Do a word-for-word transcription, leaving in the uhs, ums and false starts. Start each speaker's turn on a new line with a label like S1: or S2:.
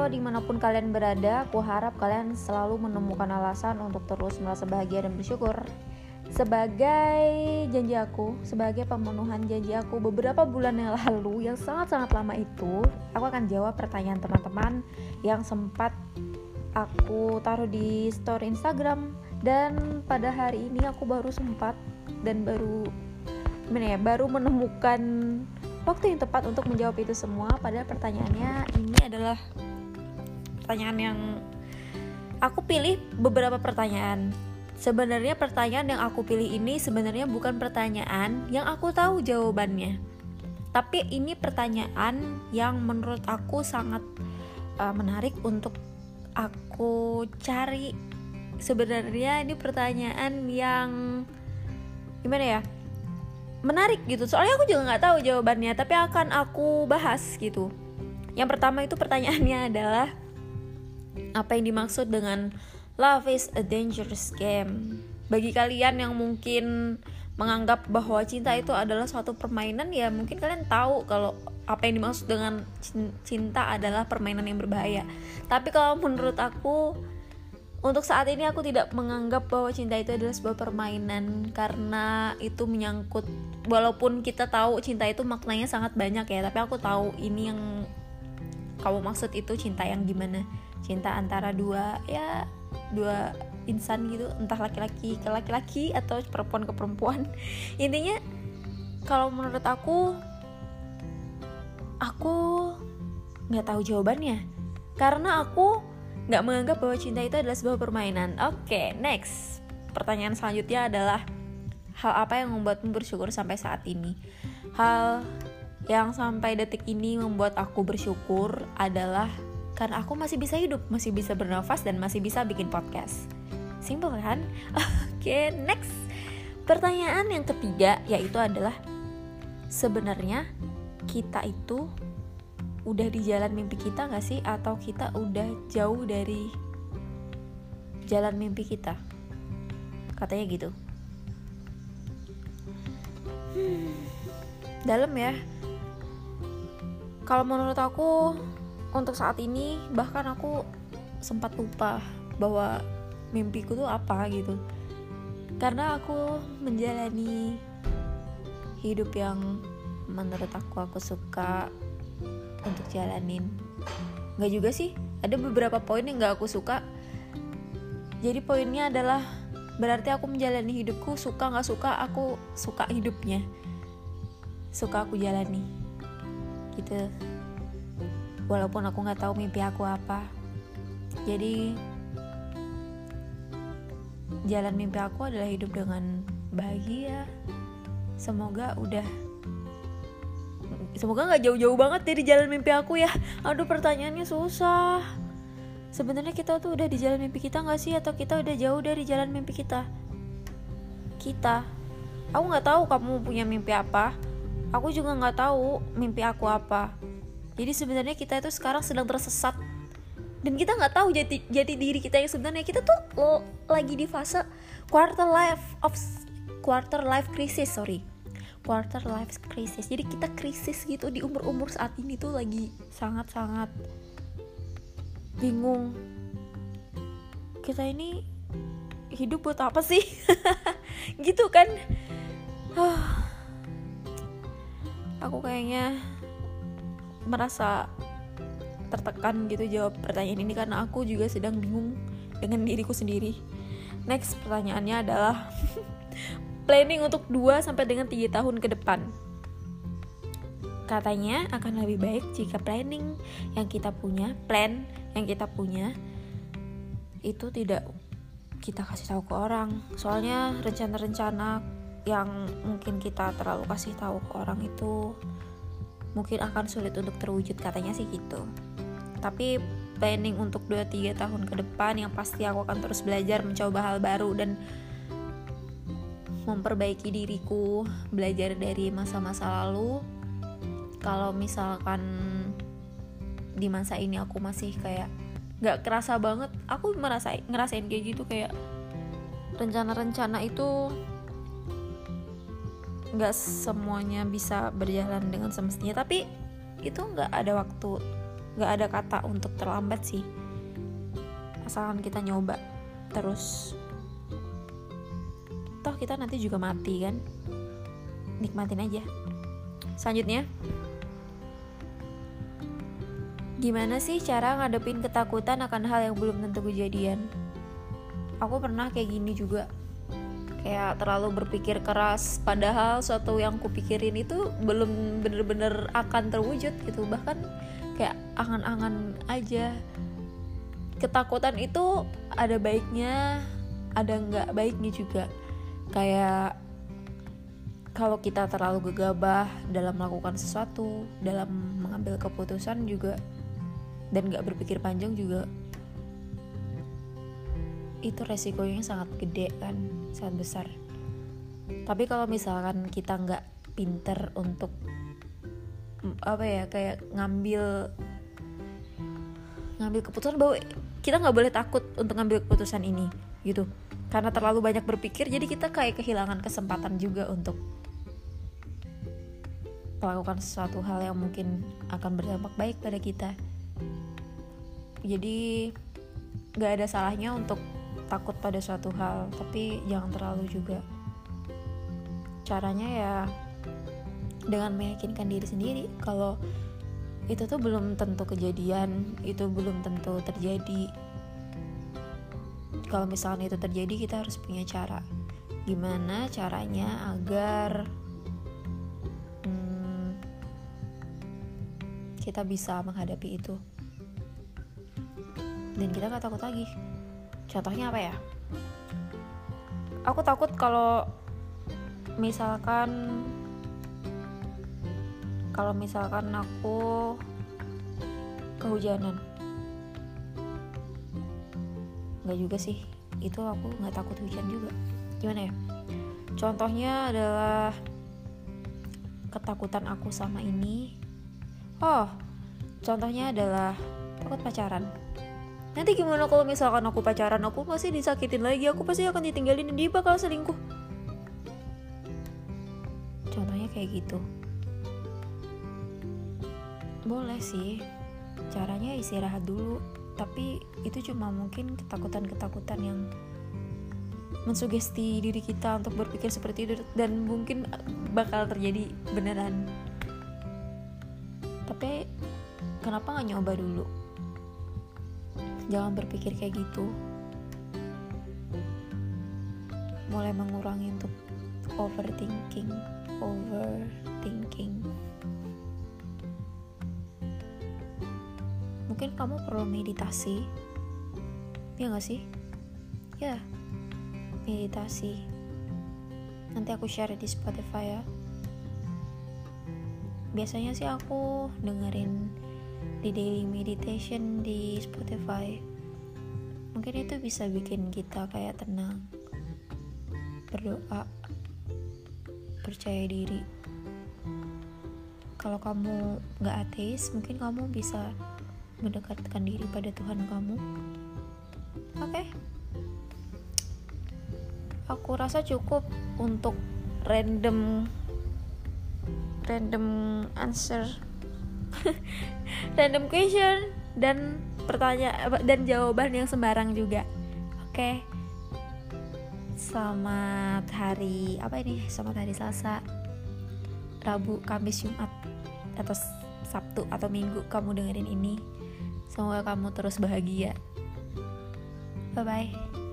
S1: Halo, dimanapun kalian berada, aku harap kalian selalu menemukan alasan untuk terus merasa bahagia dan bersyukur. Sebagai janji aku, sebagai pemenuhan janji aku beberapa bulan yang lalu, yang sangat-sangat lama itu, aku akan jawab pertanyaan teman-teman yang sempat aku taruh di story Instagram. Dan pada hari ini aku baru sempat dan baru gimana ya, baru menemukan waktu yang tepat untuk menjawab itu semua. Pada pertanyaannya ini adalah pertanyaan yang aku pilih beberapa pertanyaan. Sebenarnya pertanyaan yang aku pilih ini sebenarnya bukan pertanyaan yang aku tahu jawabannya. Tapi ini pertanyaan yang menurut aku sangat uh, menarik untuk aku cari. Sebenarnya ini pertanyaan yang gimana ya? Menarik gitu, soalnya aku juga nggak tahu jawabannya, tapi akan aku bahas gitu. Yang pertama itu pertanyaannya adalah, apa yang dimaksud dengan love is a dangerous game? Bagi kalian yang mungkin menganggap bahwa cinta itu adalah suatu permainan, ya mungkin kalian tahu kalau apa yang dimaksud dengan cinta adalah permainan yang berbahaya. Tapi kalau menurut aku, untuk saat ini aku tidak menganggap bahwa cinta itu adalah sebuah permainan, karena itu menyangkut, walaupun kita tahu cinta itu maknanya sangat banyak ya, tapi aku tahu ini yang kamu maksud itu cinta yang gimana, cinta antara dua ya dua insan gitu, entah laki-laki ke laki-laki atau perempuan ke perempuan. Intinya kalau menurut aku, aku nggak tahu jawabannya, karena aku nggak menganggap bahwa cinta itu adalah sebuah permainan. Oke, okay, next. Pertanyaan selanjutnya adalah, hal apa yang membuatmu bersyukur sampai saat ini? Hal yang sampai detik ini membuat aku bersyukur adalah karena aku masih bisa hidup, masih bisa bernafas, dan masih bisa bikin podcast. Simple kan? Oke, okay, next. Pertanyaan yang ketiga yaitu adalah, sebenarnya kita itu udah di jalan mimpi kita gak sih? Atau kita udah jauh dari jalan mimpi kita? Katanya gitu. hmm, Dalam ya. Kalau menurut aku, untuk saat ini bahkan aku sempat lupa bahwa mimpiku tuh apa gitu. Karena aku menjalani hidup yang menurut aku aku suka untuk jalanin. Nggak juga sih, ada beberapa poin yang nggak aku suka. Jadi poinnya adalah, berarti aku menjalani hidupku, suka nggak suka aku suka hidupnya, suka aku jalani gitu, walaupun aku nggak tahu mimpi aku apa. Jadi jalan mimpi aku adalah hidup dengan bahagia. Semoga udah Semoga gak jauh-jauh banget dari jalan mimpi aku ya. Aduh, pertanyaannya susah. Sebenarnya kita tuh udah di jalan mimpi kita gak sih? Atau kita udah jauh dari jalan mimpi kita? Kita Aku gak tahu kamu punya mimpi apa. Aku juga gak tahu mimpi aku apa. Jadi sebenarnya kita itu sekarang sedang tersesat. Dan kita gak tahu jati, jati diri kita yang sebenarnya. Kita tuh lo, lagi di fase quarter life of Quarter life crisis, sorry quarter life crisis. Jadi kita krisis gitu di umur-umur saat ini tuh, lagi sangat-sangat bingung. Kita ini hidup buat apa sih? Gitu kan. Aku kayaknya merasa tertekan gitu jawab pertanyaan ini, karena aku juga sedang bingung dengan diriku sendiri. Next, pertanyaannya adalah planning untuk dua sampai dengan tiga tahun ke depan. Katanya akan lebih baik jika planning yang kita punya, plan yang kita punya itu tidak kita kasih tahu ke orang. Soalnya rencana-rencana yang mungkin kita terlalu kasih tahu ke orang itu mungkin akan sulit untuk terwujud, katanya sih gitu. Tapi planning untuk dua tiga tahun ke depan yang pasti aku akan terus belajar, mencoba hal baru, dan memperbaiki diriku, belajar dari masa-masa lalu. Kalau misalkan di masa ini aku masih kayak gak kerasa banget, aku merasa ngerasain kayak gitu, kayak rencana-rencana itu gak semuanya bisa berjalan dengan semestinya. Tapi itu gak ada waktu nggak ada kata untuk terlambat sih, asalkan kita nyoba terus. Toh kita nanti juga mati kan, nikmatin aja. Selanjutnya, gimana sih cara ngadepin ketakutan akan hal yang belum tentu kejadian? Aku pernah kayak gini juga, kayak terlalu berpikir keras padahal suatu yang kupikirin itu belum bener-bener akan terwujud gitu, bahkan kayak angan-angan aja. Ketakutan itu ada baiknya, ada nggak baiknya juga. Kayak kalau kita terlalu gegabah dalam melakukan sesuatu, dalam mengambil keputusan juga, dan nggak berpikir panjang juga, itu resikonya sangat gede kan, sangat besar. Tapi kalau misalkan kita nggak pinter untuk apa ya, kayak ngambil ngambil keputusan bahwa kita nggak boleh takut untuk ngambil keputusan ini gitu, karena terlalu banyak berpikir, jadi kita kayak kehilangan kesempatan juga untuk melakukan sesuatu hal yang mungkin akan berdampak baik pada kita. Jadi nggak ada salahnya untuk takut pada suatu hal, tapi jangan terlalu juga. Caranya ya dengan meyakinkan diri sendiri kalau itu tuh belum tentu kejadian, itu belum tentu terjadi. Kalau misalnya itu terjadi, kita harus punya cara. Gimana caranya agar hmm, kita bisa menghadapi itu dan kita gak takut lagi. Contohnya apa ya? Aku takut kalau misalkan Kalau misalkan aku kehujanan. Nggak juga sih, itu aku nggak takut hujan juga. Gimana ya? Contohnya adalah ketakutan aku sama ini. Oh, contohnya adalah takut pacaran. Nanti gimana kalau misalkan aku pacaran, aku pasti disakitin lagi, aku pasti akan ditinggalin dan dia bakal selingkuh. Contohnya kayak gitu. Boleh sih, caranya istirahat dulu, tapi itu cuma mungkin ketakutan-ketakutan yang mensugesti diri kita untuk berpikir seperti itu, dan mungkin bakal terjadi beneran. Tapi kenapa gak nyoba dulu? Jangan berpikir kayak gitu. Mulai mengurangi untuk overthinking Overthinking Mungkin kamu perlu meditasi, ya gak sih? Ya, meditasi. Nanti aku share di Spotify ya. Biasanya sih aku dengerin di daily meditation di Spotify. Mungkin itu bisa bikin kita kayak tenang, berdoa, percaya diri. Kalau kamu gak ateis, mungkin kamu bisa mendekatkan diri pada Tuhan kamu. Oke, okay. Aku rasa cukup untuk random random answer random question dan pertanyaan dan jawaban yang sembarang juga. Oke, okay. Selamat hari apa ini? Selamat hari Selasa, Rabu, Kamis, Jumat, atau Sabtu atau Minggu kamu dengerin ini. Semoga kamu terus bahagia. Bye bye.